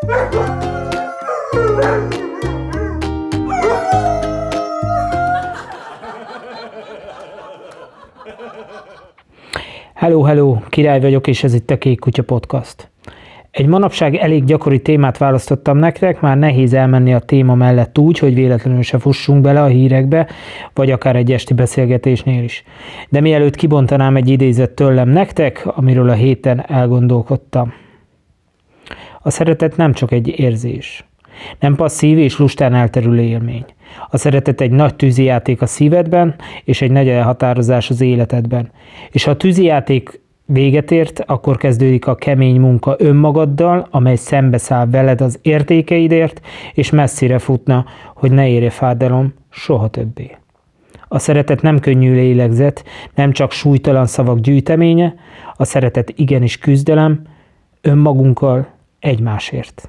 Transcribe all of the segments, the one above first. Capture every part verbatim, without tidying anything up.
Hello, hello, Király vagyok, és ez itt a Kék Kutya Podcast. Egy manapság elég gyakori témát választottam nektek, már nehéz elmenni a téma mellett úgy, hogy véletlenül se fussunk bele a hírekbe, vagy akár egy esti beszélgetésnél is. De mielőtt kibontanám egy idézet tőlem nektek, amiről a héten elgondolkodtam. A szeretet nem csak egy érzés. Nem passzív és lustán elterülő élmény. A szeretet egy nagy tűzijáték a szívedben, és egy nagy elhatározás az életedben. És ha a tűzijáték véget ért, akkor kezdődik a kemény munka önmagaddal, amely szembeszáll veled az értékeidért, és messzire futna, hogy ne érje fájdalom soha többé. A szeretet nem könnyű lélegzet, nem csak súlytalan szavak gyűjteménye, a szeretet igenis küzdelem, önmagunkkal, egymásért.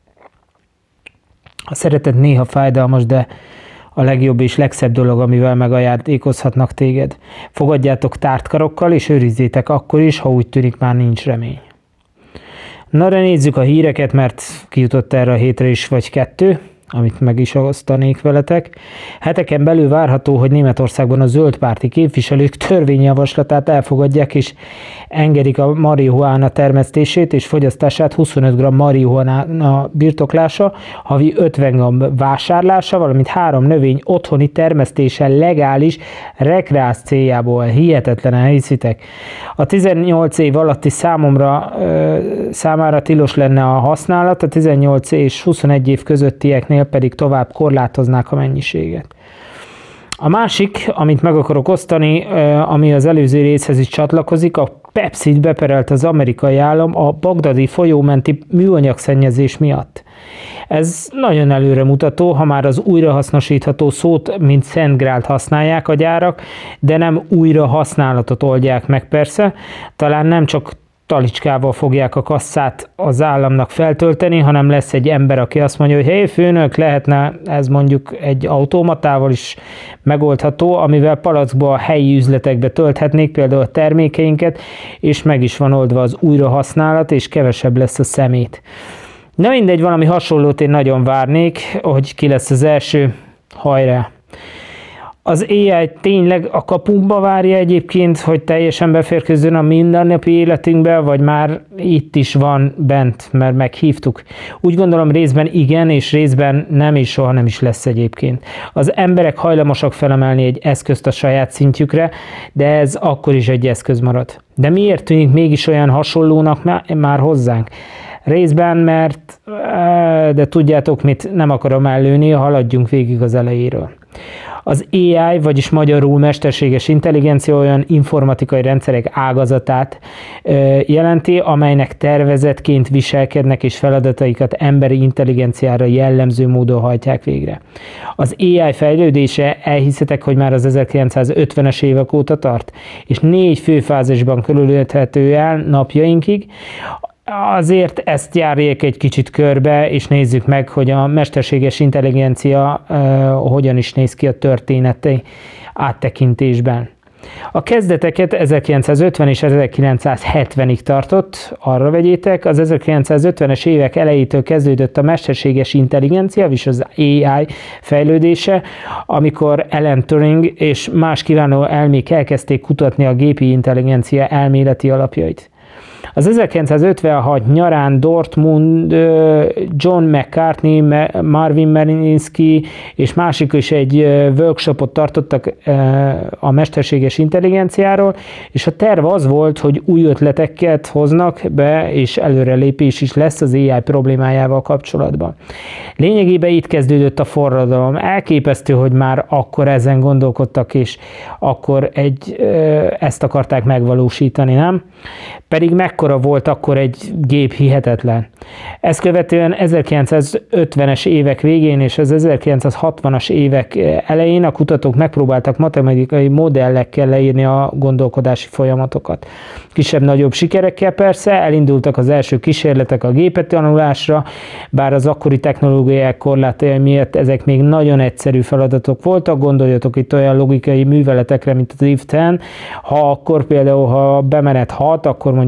A szeretet néha fájdalmas, de a legjobb és legszebb dolog, amivel megajándékozhatnak téged. Fogadjátok tárt karokkal, és őrizzétek akkor is, ha úgy tűnik, már nincs remény. Na de nézzük a híreket, mert kijutott erre a hétre is vagy kettő, amit meg is osztanék veletek. Heteken belül várható, hogy Németországban a zöld párti képviselők törvényjavaslatát elfogadják, és engedik a marihuána termesztését és fogyasztását, huszonöt gramm marihuána birtoklása, havi ötven gramm vásárlása, valamint három növény otthoni termesztése legális rekreáció céljából. Hihetetlenen hiszitek. A tizennyolc év alatti számomra számára tilos lenne a használat, a tizennyolc és huszonegy év közöttieknél pedig tovább korlátoznák a mennyiséget. A másik, amit meg akarok osztani, ami az előző részhez is csatlakozik, a Pepsit beperelt az amerikai állam a bagdadi folyómenti műanyagszennyezés miatt. Ez nagyon előremutató, ha már az újrahasznosítható szót, mint Szent Grált használják a gyárak, de nem újra használatot oldják meg persze, talán nem csak talicskával fogják a kasszát az államnak feltölteni, hanem lesz egy ember, aki azt mondja, hogy hé, főnök, lehetne ez mondjuk egy automatával is megoldható, amivel palackba a helyi üzletekbe tölthetnék például a termékeinket, és meg is van oldva az újrahasználat, és kevesebb lesz a szemét. Na mindegy, valami hasonlót én nagyon várnék, hogy ki lesz az első, hajrá! Az á i tényleg a kapunkba várja egyébként, hogy teljesen beférkőzzön a mindennapi életünkbe, vagy már itt is van bent, mert meghívtuk? Úgy gondolom részben igen, és részben nem, és soha nem is lesz egyébként. Az emberek hajlamosak felemelni egy eszközt a saját szintjükre, de ez akkor is egy eszköz marad. De miért tűnik mégis olyan hasonlónak már hozzánk? Részben, mert, de tudjátok mit, nem akarom ellőni, haladjunk végig az elejéről. Az á i, vagyis magyarul mesterséges intelligencia olyan informatikai rendszerek ágazatát jelenti, amelynek tervezetként viselkednek és feladataikat emberi intelligenciára jellemző módon hajtják végre. Az á i fejlődése, elhiszitek, hogy már az ezerkilencszázötvenes évek óta tart, és négy fő fázisban körülölthető el napjainkig. Azért ezt járják egy kicsit körbe, és nézzük meg, hogy a mesterséges intelligencia uh, hogyan is néz ki a történeti áttekintésben. A kezdeteket ezerkilencszázötven és ezerkilencszázhetvenig tartott, arra vegyétek, az ezerkilencszázötvenes évek elejétől kezdődött a mesterséges intelligencia, vagyis az á i fejlődése, amikor Alan Turing és más kiváló elmék elkezdték kutatni a gépi intelligencia elméleti alapjait. Az ezerkilencszázötvenhat nyarán Dortmund, John McCartney, Marvin Minsky és másik is egy workshopot tartottak a mesterséges intelligenciáról, és a terv az volt, hogy új ötleteket hoznak be, és előrelépés is lesz az á i problémájával kapcsolatban. Lényegében itt kezdődött a forradalom. Elképesztő, hogy már akkor ezen gondolkodtak, és akkor egy, ezt akarták megvalósítani, nem? Pedig mekkora volt akkor egy gép, hihetetlen. Ezt követően ezerkilencszázötvenes évek végén és az ezerkilencszázhatvanas évek elején a kutatók megpróbáltak matematikai modellekkel leírni a gondolkodási folyamatokat. Kisebb-nagyobb sikerekkel persze, elindultak az első kísérletek a géptanulásra, bár az akkori technológiák korlátai miatt ezek még nagyon egyszerű feladatok voltak, gondoljatok itt olyan logikai műveletekre, mint az if tíz, ha akkor például, ha bemenet hat, akkor mondjuk adjunk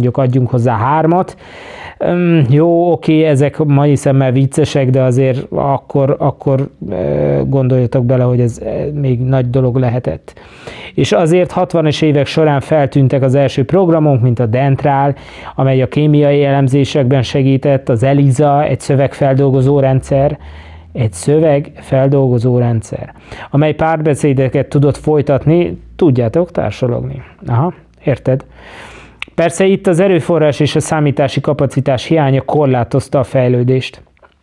adunk hozzá hármat. Um, jó, oké, ezek mai szemmel viccesek, de azért akkor, akkor gondoljatok bele, hogy ez még nagy dolog lehetett. És azért hatvanas évek során feltűntek az első programok, mint a Dentrál, amely a kémiai elemzésekben segített, az ELISA, egy szövegfeldolgozó rendszer, egy szövegfeldolgozó rendszer, amely párbeszédeket tudott folytatni, tudjátok, társalogni. Aha, érted? Persze itt az erőforrás és a számítási kapacitás hiánya korlátozta a fejlődést.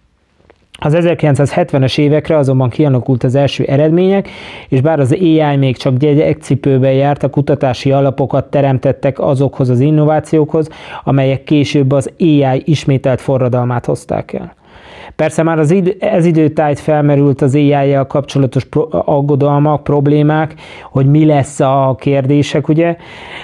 Az ezerkilencszázhetvenes évekre azonban kialakult az első eredmények, és bár az á i még csak gyerekcipőben járt, a kutatási alapokat teremtettek azokhoz az innovációkhoz, amelyek később az á i ismételt forradalmát hozták el. Persze már az id- ez időtájt felmerült az á i-jel kapcsolatos pro- aggodalmak, problémák, hogy mi lesz a kérdések, ugye,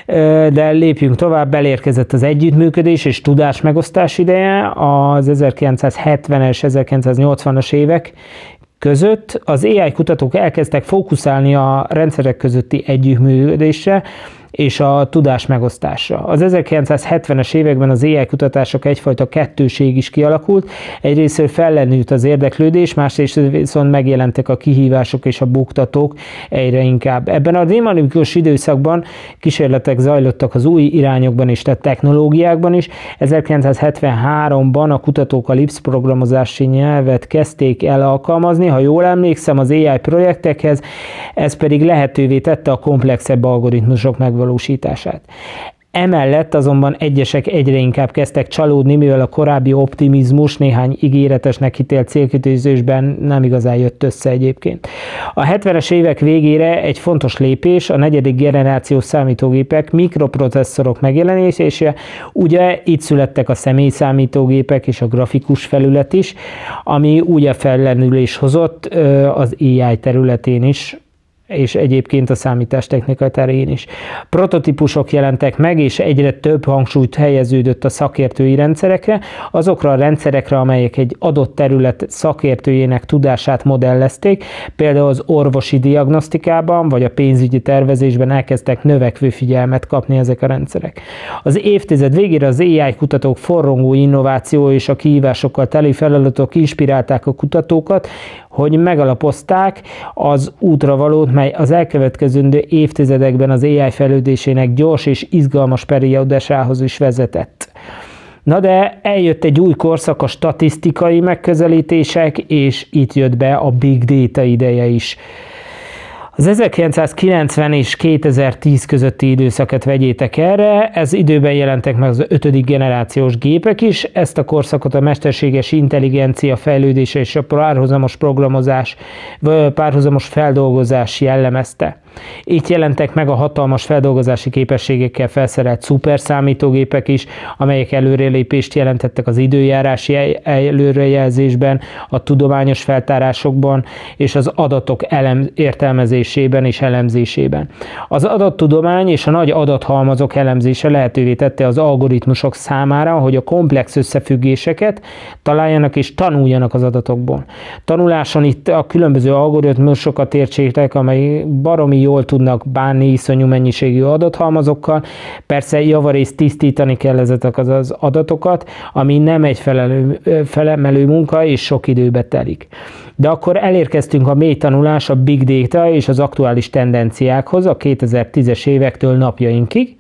de lépjünk tovább, elérkezett az együttműködés és tudásmegosztás ideje az ezerkilencszázhetvenes, ezerkilencszáznyolcvanas évek között. Az á i kutatók elkezdtek fókuszálni a rendszerek közötti együttműködésre, és a tudás megosztásra. Az ezerkilencszázhetvenes években az á i kutatások egyfajta kettőség is kialakult, egyrésztről fellendült az érdeklődés, másrészt viszont megjelentek a kihívások és a buktatók egyre inkább. Ebben a dinamikus időszakban kísérletek zajlottak az új irányokban és a technológiákban is. ezerkilencszázhetvenháromban a kutatók a Lisp programozási nyelvet kezdték el alkalmazni, ha jól emlékszem, az á i projektekhez, ez pedig lehetővé tette a komplexebb algoritmusok megvalósítását. valósítását. Emellett azonban egyesek egyre inkább kezdtek csalódni, mivel a korábbi optimizmus néhány ígéretesnek hitélt célkitűzésben nem igazán jött össze egyébként. A hetvenes évek végére egy fontos lépés a negyedik generációs számítógépek, mikroprocesszorok megjelenése, ugye itt születtek a személyszámítógépek és a grafikus felület is, ami úgy a fellendülés hozott az á i területén is, és egyébként a számítástechnika terén is. Prototípusok jelentek meg, és egyre több hangsúlyt helyeződött a szakértői rendszerekre, azokra a rendszerekre, amelyek egy adott terület szakértőjének tudását modellezték, például az orvosi diagnosztikában, vagy a pénzügyi tervezésben elkezdtek növekvő figyelmet kapni ezek a rendszerek. Az évtized végére az á i kutatók forrongó innováció és a kihívásokkal teli feladatok inspirálták a kutatókat, hogy megalapozták az útravalót, mely az elkövetkezendő évtizedekben az á i fejlődésének gyors és izgalmas periódusához is vezetett. Na de eljött egy új korszak, a statisztikai megközelítések, és itt jött be a Big Data ideje is. Az ezerkilencszázkilencven és kétezer-tíz közötti időszakot vegyétek erre, ez időben jelentek meg az ötödik generációs gépek is, ezt a korszakot a mesterséges intelligencia fejlődése és a párhuzamos programozás, párhuzamos feldolgozás jellemezte. Itt jelentek meg a hatalmas feldolgozási képességekkel felszerelt szuperszámítógépek is, amelyek előrelépést jelentettek az időjárási előrejelzésben, a tudományos feltárásokban és az adatok elem, értelmezésében és elemzésében. Az adattudomány és a nagy adathalmazok elemzése lehetővé tette az algoritmusok számára, hogy a komplex összefüggéseket találjanak és tanuljanak az adatokból. Tanuláson itt a különböző algoritmusokat értsétek, amely baromi jól tudnak bánni iszonyú mennyiségű adathalmazokkal. Persze javarészt tisztítani kell ezeket az adatokat, ami nem egy felelő, felemelő munka és sok időbe telik. De akkor elérkeztünk a mély tanulás, a Big Data és az aktuális tendenciákhoz a kétezer-tízes évektől napjainkig.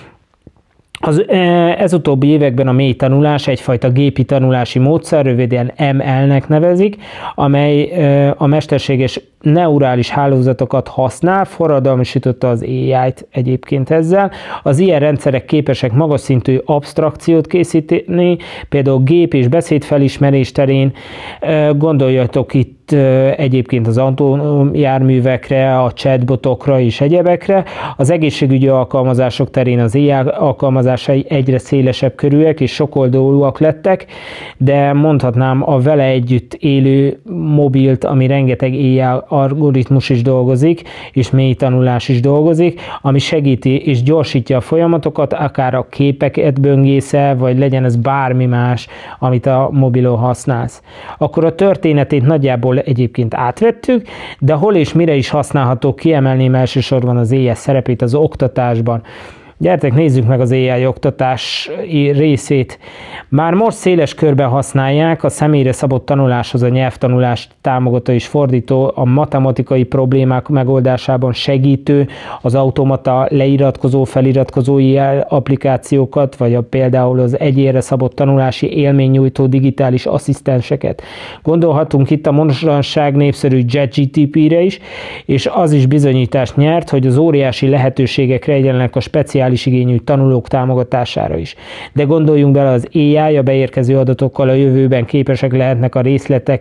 Az, ez utóbbi években a mély tanulás egyfajta gépi tanulási módszer, röviden em el-nek nevezik, amely a mesterséges neurális hálózatokat használ, forradalmasította az á i-t egyébként ezzel. Az ilyen rendszerek képesek magas szintű absztrakciót készíteni, például gép- és beszédfelismerés terén, gondoljatok itt egyébként az autonóm járművekre, a chatbotokra és egyebekre. Az egészségügyi alkalmazások terén az á i alkalmazásai egyre szélesebb körűek és sokoldalúak lettek, de mondhatnám a vele együtt élő mobilt, ami rengeteg á i algoritmus is dolgozik, és mély tanulás is dolgozik, ami segíti és gyorsítja a folyamatokat, akár a képeket böngészel, vagy legyen ez bármi más, amit a mobilon használsz. Akkor a történetét nagyjából egyébként átvettük, de hol és mire is használható, kiemelném elsősorban az á i szerepét az oktatásban. Gyertek, nézzük meg az á i oktatás részét. Már most széles körben használják a személyre szabott tanuláshoz a nyelvtanulást támogató és fordító, a matematikai problémák megoldásában segítő, az automata leiratkozó, feliratkozó applikációkat, vagy a, például az egyénre szabott tanulási élménynyújtó digitális asszisztenseket. Gondolhatunk itt a mostanság népszerű ChatGPT-re is, és az is bizonyítást nyert, hogy az óriási lehetőségek rejlenek a speciális igényű tanulók támogatására is. De gondoljunk bele, az á i a beérkező adatokkal a jövőben képesek lehetnek a részletek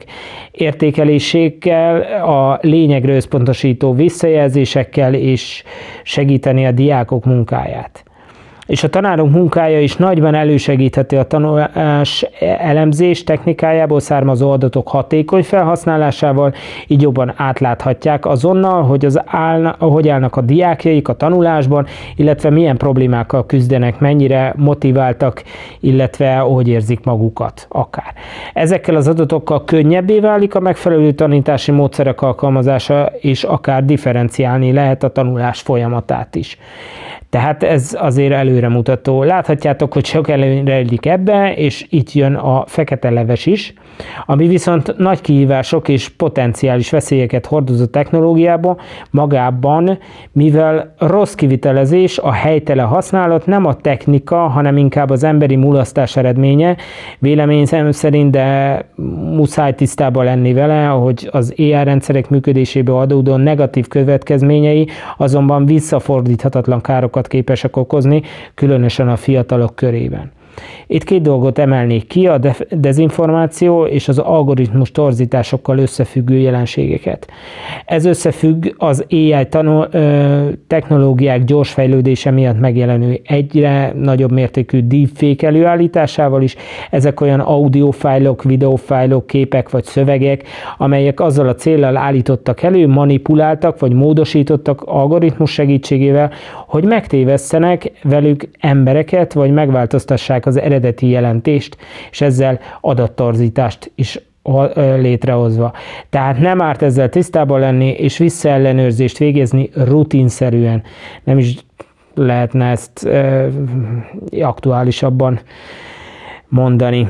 értékelésével, a lényegre összpontosító visszajelzésekkel és segíteni a diákok munkáját. És a tanárok munkája is nagyban elősegítheti a tanulás elemzés technikájából származó adatok hatékony felhasználásával, így jobban átláthatják azonnal, hogy, az állna, hogy állnak a diákjaik a tanulásban, illetve milyen problémákkal küzdenek, mennyire motiváltak, illetve hogy érzik magukat akár. Ezekkel az adatokkal könnyebbé válik a megfelelő tanítási módszerek alkalmazása, és akár differenciálni lehet a tanulás folyamatát is. Tehát ez azért előremutató. Láthatjátok, hogy sok előny rejlik ebbe, és itt jön a fekete leves is, ami viszont nagy kihívások és potenciális veszélyeket hordozó technológiában magában, mivel rossz kivitelezés, a helytelen használat nem a technika, hanem inkább az emberi mulasztás eredménye. Véleményem szerint, de muszáj tisztában lenni vele, hogy az á i rendszerek működéséből adódó negatív következményei azonban visszafordíthatatlan károkat képesek okozni, különösen a fiatalok körében. Itt két dolgot emelnék ki, a dezinformáció és az algoritmus torzításokkal összefüggő jelenségeket. Ez összefügg az á i tanul, ö, technológiák gyors fejlődése miatt megjelenő egyre nagyobb mértékű deepfake előállításával is. Ezek olyan audiofájlok, videófájlok, képek vagy szövegek, amelyek azzal a céllal állítottak elő, manipuláltak vagy módosítottak algoritmus segítségével, hogy megtévesszenek velük embereket, vagy megváltoztassák az eredeti jelentést, és ezzel adattorzítást is létrehozva. Tehát nem árt ezzel tisztában lenni, és visszaellenőrzést végezni rutinszerűen. Nem is lehetne ezt e, aktuálisabban mondani.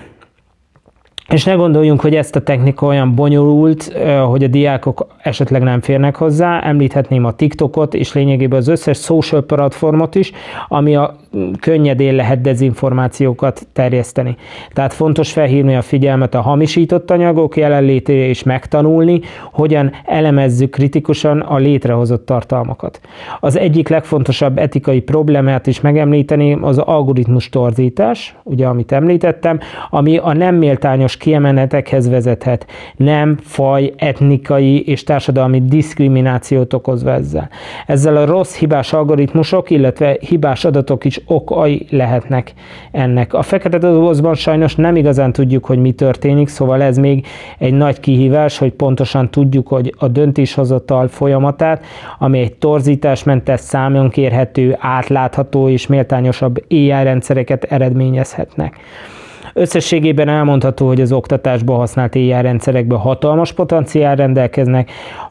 És ne gondoljunk, hogy ezt a technika olyan bonyolult, hogy a diákok esetleg nem férnek hozzá. Említhetném a TikTokot, és lényegében az összes social platformot is, ami a könnyedén lehet dezinformációkat terjeszteni. Tehát fontos felhívni a figyelmet a hamisított anyagok jelenlétére, és megtanulni, hogyan elemezzük kritikusan a létrehozott tartalmakat. Az egyik legfontosabb etikai problémát is megemlíteni az algoritmus torzítás, ugye amit említettem, ami a nem méltányos kiemenetekhez vezethet, nem, faj, etnikai és társadalmi diszkriminációt okozva ezzel. Ezzel a rossz hibás algoritmusok, illetve hibás adatok is okai lehetnek ennek. A fekete dobozban sajnos nem igazán tudjuk, hogy mi történik, szóval ez még egy nagy kihívás, hogy pontosan tudjuk, hogy a döntéshozatal folyamatát, ami egy torzításmentes, számon kérhető, átlátható és méltányosabb á i rendszereket eredményezhetnek. Összességében elmondható, hogy az oktatásban használt á i rendszerekben hatalmas potenciál rendelkeznek.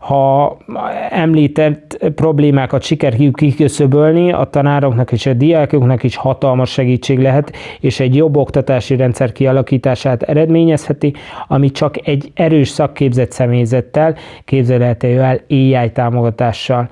Ha említett problémákat sikerül kiköszöbölni, a tanároknak és a diákoknak is hatalmas segítség lehet, és egy jobb oktatási rendszer kialakítását eredményezheti, ami csak egy erős szakképzett személyzettel képzelhető el á i támogatással.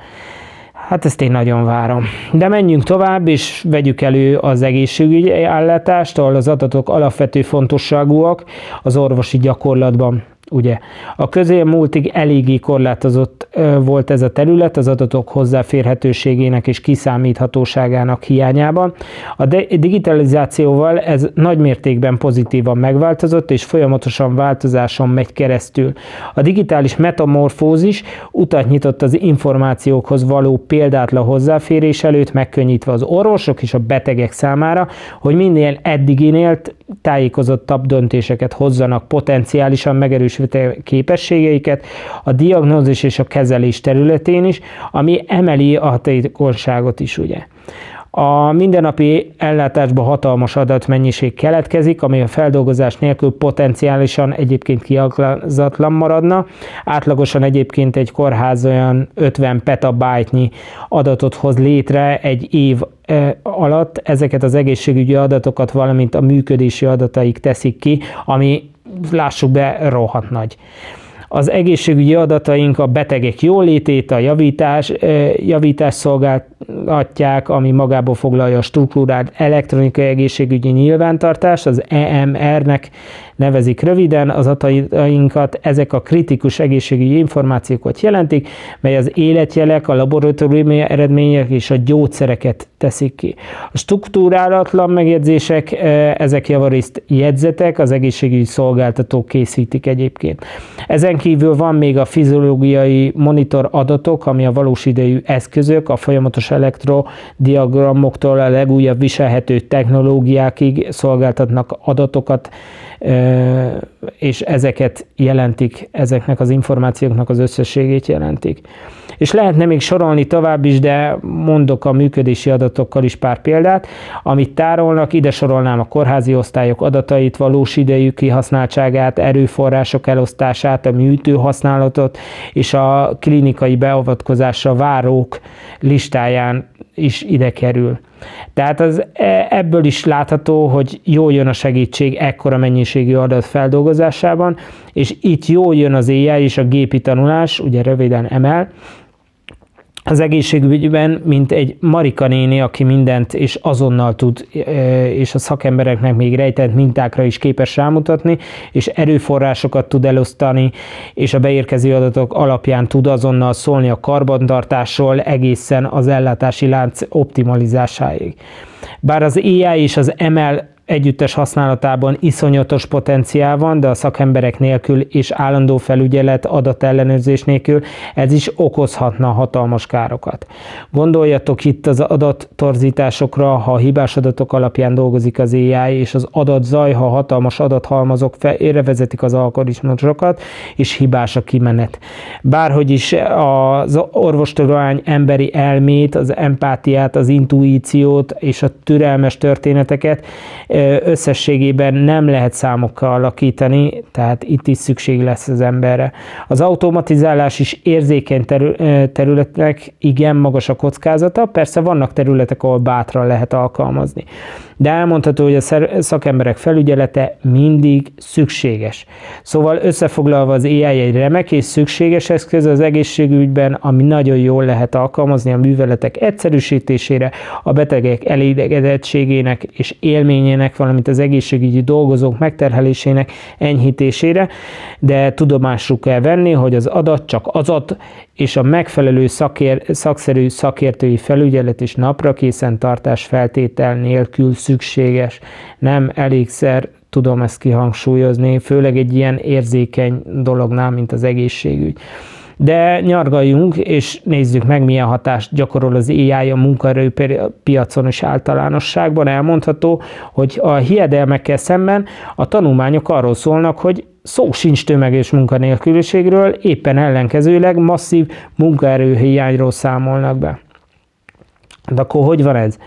Hát ezt én nagyon várom. De menjünk tovább, és vegyük elő az egészségügyi ellátást, ahol az adatok alapvető fontosságúak az orvosi gyakorlatban. Ugye, a közelmúltig eléggé korlátozott volt ez a terület az adatok hozzáférhetőségének és kiszámíthatóságának hiányában. A digitalizációval ez nagy mértékben pozitívan megváltozott, és folyamatosan változáson megy keresztül. A digitális metamorfózis utat nyitott az információkhoz való példátlan hozzáférés előtt, megkönnyítve az orvosok és a betegek számára, hogy minél eddiginél tájékozottabb döntéseket hozzanak, potenciálisan megerősítve képességeiket a diagnózis és a kezelés területén is, ami emeli a hatékonyságot is, ugye. A mindennapi ellátásban hatalmas adatmennyiség keletkezik, ami a feldolgozás nélkül potenciálisan egyébként kiaknázatlan maradna. Átlagosan egyébként egy kórház olyan ötven petabyte-nyi adatot hoz létre egy év alatt. Ezeket az egészségügyi adatokat, valamint a működési adataik teszik ki, ami, lássuk be, rohadt nagy. Az egészségügyi adataink a betegek jólétét, a javítás, javítás szolgáltatják, ami magába foglalja a struktúrált elektronikai egészségügyi nyilvántartást, az E M R-nek nevezik röviden az adatainkat. Ezek a kritikus egészségügyi információkat jelentik, mely az életjelek, a laboratóriumi eredmények és a gyógyszereket teszik ki. A struktúrálatlan megjegyzések, ezek javarészt jegyzetek, az egészségügyi szolgáltatók készítik egyébként. Ezen kívül van még a fiziológiai monitor adatok, ami a valós idejű eszközök, a folyamatos elektrodiagramoktól a legújabb viselhető technológiákig szolgáltatnak adatokat, és ezeket jelentik, ezeknek az információknak az összességét jelentik. És lehetne még sorolni tovább is, de mondok a működési adatokkal is pár példát, amit tárolnak. Ide sorolnám a kórházi osztályok adatait, valós idejű kihasználtságát, erőforrások elosztását, a műtő használatot és a klinikai beavatkozásra várók listáján is ide kerül. Tehát az, ebből is látható, hogy jól jön a segítség ekkora mennyiségű adat feldolgozásában, és itt jól jön az á i és a gépi tanulás, ugye röviden em el, az egészségügyben, mint egy Marika néni, aki mindent és azonnal tud, és a szakembereknek még rejtett mintákra is képes rámutatni, és erőforrásokat tud elosztani, és a beérkező adatok alapján tud azonnal szólni a karbantartásról egészen az ellátási lánc optimalizásáig. Bár az á i és az em el együttes használatában iszonyatos potenciál van, de a szakemberek nélkül és állandó felügyelet, adatellenőrzés nélkül ez is okozhatna hatalmas károkat. Gondoljatok itt az adattorzításokra, ha hibás adatok alapján dolgozik az á i, és az adatzaj, ha hatalmas adathalmazok félre vezetik az algoritmusokat, és hibás a kimenet. Bárhogy is az orvostudomány emberi elmét, az empátiát, az intuíciót és a türelmes történeteket összességében nem lehet számokkal alakítani, tehát itt is szükség lesz az emberre. Az automatizálás is érzékeny területnek igen magas a kockázata, persze vannak területek, ahol bátran lehet alkalmazni. De elmondható, hogy a szakemberek felügyelete mindig szükséges. Szóval összefoglalva az á i egy remek és szükséges eszköz az egészségügyben, ami nagyon jól lehet alkalmazni a műveletek egyszerűsítésére, a betegek elégedettségének és élményének, valamint az egészségügyi dolgozók megterhelésének enyhítésére, de tudomásul kell venni, hogy az adat csak adat, és a megfelelő szakér, szakszerű szakértői felügyelet és naprakészen tartás feltétel nélkül szükséges. Nem elégszer tudom ezt kihangsúlyozni, főleg egy ilyen érzékeny dolognál, mint az egészségügy. De nyargaljunk, és nézzük meg, milyen hatást gyakorol az á i a munkaerőpiacon és általánosságban. Elmondható, hogy a hiedelmekkel szemben a tanulmányok arról szólnak, hogy szó sincs tömeges munkanélküliségről, éppen ellenkezőleg masszív munkaerőhiányról számolnak be. De akkor hogy van ez?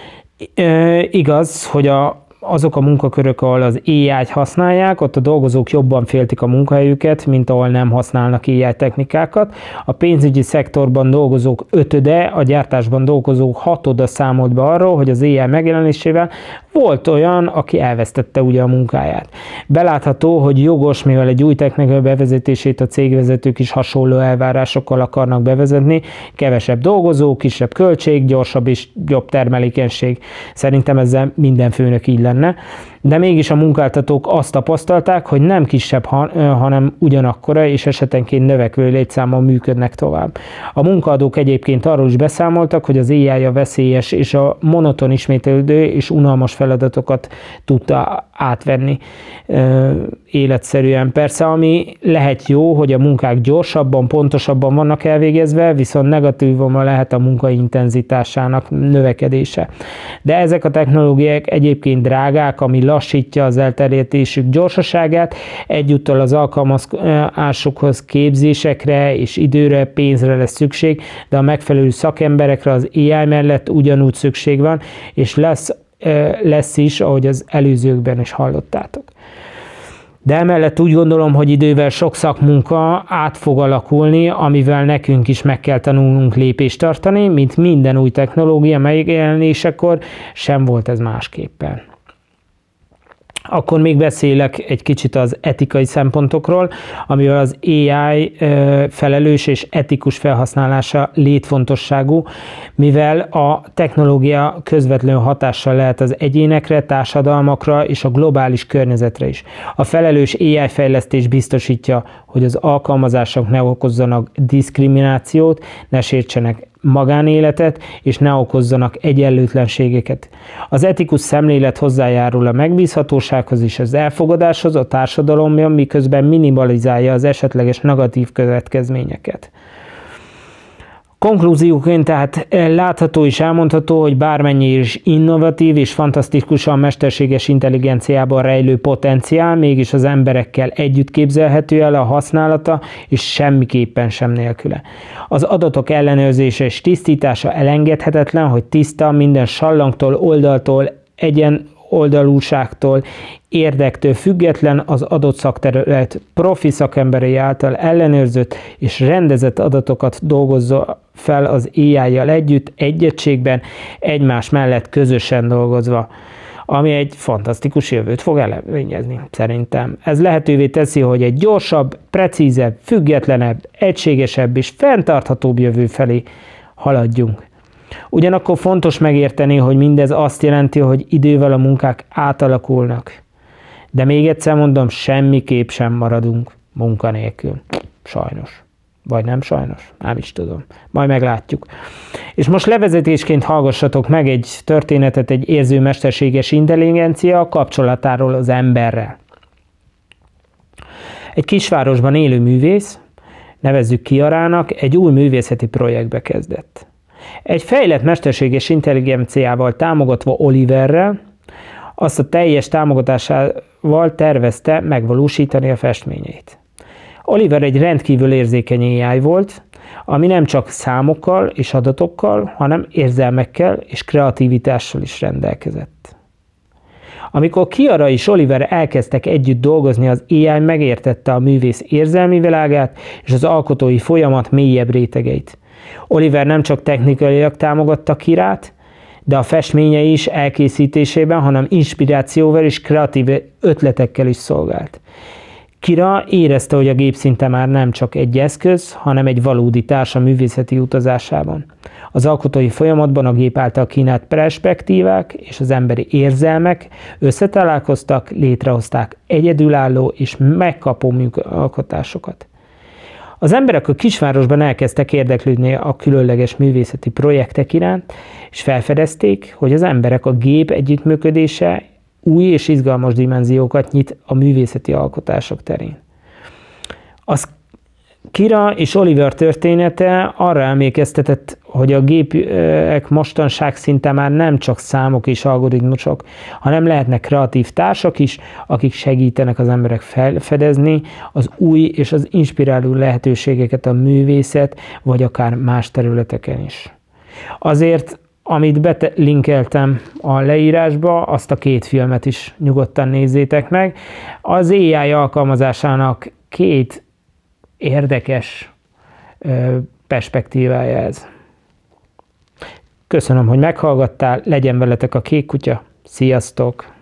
E, igaz, hogy a azok a munkakörök, ahol az á i-t használják, ott a dolgozók jobban féltik a munkahelyüket, mint ahol nem használnak á i technikákat. A pénzügyi szektorban dolgozók ötöde, a gyártásban dolgozók hatoda számolt be arról, hogy az á i megjelenésével volt olyan, aki elvesztette ugye a munkáját. Belátható, hogy jogos, mivel egy új technika bevezetését a cégvezetők is hasonló elvárásokkal akarnak bevezetni, kevesebb dolgozó, kisebb költség, gyorsabb és jobb termelékenység. Szerintem ezzel minden főnök így lenne. De mégis a munkáltatók azt tapasztalták, hogy nem kisebb, hanem ugyanakkora és esetenként növekvő létszámmal működnek tovább. A munkaadók egyébként arról is beszámoltak, hogy az á i a veszélyes és a monoton ismétlődő és unalmas feladatokat tudta átvenni ö, életszerűen. Persze, ami lehet jó, hogy a munkák gyorsabban, pontosabban vannak elvégezve, viszont negatívuma lehet a munka intenzitásának növekedése. De ezek a technológiák egyébként drágák, ami lassítja az elterjedésük gyorsaságát, egyúttal az alkalmazásokhoz képzésekre és időre, pénzre lesz szükség, de a megfelelő szakemberekre az á i mellett ugyanúgy szükség van, és lesz, lesz is, ahogy az előzőkben is hallottátok. De emellett úgy gondolom, hogy idővel sok szakmunka át fog alakulni, amivel nekünk is meg kell tanulnunk lépést tartani, mint minden új technológia megjelenésekor, sem volt ez másképpen. Akkor még beszélek egy kicsit az etikai szempontokról, amivel az á i felelős és etikus felhasználása létfontosságú, mivel a technológia közvetlen hatással lehet az egyénekre, társadalmakra és a globális környezetre is. A felelős á i fejlesztés biztosítja, hogy az alkalmazások ne okozzanak diszkriminációt, ne sértsenek magánéletet, és ne okozzanak egyenlőtlenségeket. Az etikus szemlélet hozzájárul a megbízhatósághoz és az elfogadáshoz a társadalomban, miközben minimalizálja az esetleges negatív következményeket. Konklúzióként tehát látható és elmondható, hogy bármennyi is innovatív és fantasztikusan mesterséges intelligenciában rejlő potenciál, mégis az emberekkel együtt képzelhető el a használata, és semmiképpen sem nélküle. Az adatok ellenőrzése és tisztítása elengedhetetlen, hogy tiszta, minden sallangtól, oldaltól, egyen oldalúságtól, érdektől független az adott szakterület profi szakemberei által ellenőrzött és rendezett adatokat dolgozza fel az á i-jal együtt, egy egységben, egymás mellett közösen dolgozva, ami egy fantasztikus jövőt fog eredményezni, szerintem. Ez lehetővé teszi, hogy egy gyorsabb, precízebb, függetlenebb, egységesebb és fenntarthatóbb jövő felé haladjunk. Ugyanakkor fontos megérteni, hogy mindez azt jelenti, hogy idővel a munkák átalakulnak. De még egyszer mondom, semmiképp sem maradunk munkanélkül. Sajnos. Vagy nem sajnos? Nem is tudom. Majd meglátjuk. És most levezetésként hallgassatok meg egy történetet egy érző mesterséges intelligencia kapcsolatáról az emberrel. Egy kisvárosban élő művész, nevezzük Kiarának, egy új művészeti projektbe kezdett. Egy fejlett mesterséges intelligenciával támogatva Oliverrel, azt a teljes támogatásával tervezte megvalósítani a festményeit. Oliver egy rendkívül érzékeny á i volt, ami nem csak számokkal és adatokkal, hanem érzelmekkel és kreativitással is rendelkezett. Amikor Kiara és Oliver elkezdtek együtt dolgozni, az á i megértette a művész érzelmi világát és az alkotói folyamat mélyebb rétegeit. Oliver nem csak technikailag támogatta Kirát, de a festményei is elkészítésében, hanem inspirációval és kreatív ötletekkel is szolgált. Kira érezte, hogy a gép szinte már nem csak egy eszköz, hanem egy valódi társ a művészeti utazásában. Az alkotói folyamatban a gép által kínált perspektívák és az emberi érzelmek összetalálkoztak, létrehozták egyedülálló és megkapó műalkotásokat. Az emberek a kisvárosban elkezdtek érdeklődni a különleges művészeti projektek iránt, és felfedezték, hogy az emberek a gép együttműködése új és izgalmas dimenziókat nyit a művészeti alkotások terén. Az Kira és Oliver története arra emlékeztetett, hogy a gépek mostanság szinte már nem csak számok és algoritmusok, hanem lehetnek kreatív társak is, akik segítenek az emberek felfedezni az új és az inspiráló lehetőségeket a művészet, vagy akár más területeken is. Azért, amit belinkeltem a leírásba, azt a két filmet is nyugodtan nézzétek meg. Az á i alkalmazásának két érdekes perspektívája ez. Köszönöm, hogy meghallgattál, legyen veletek a kék kutya, sziasztok!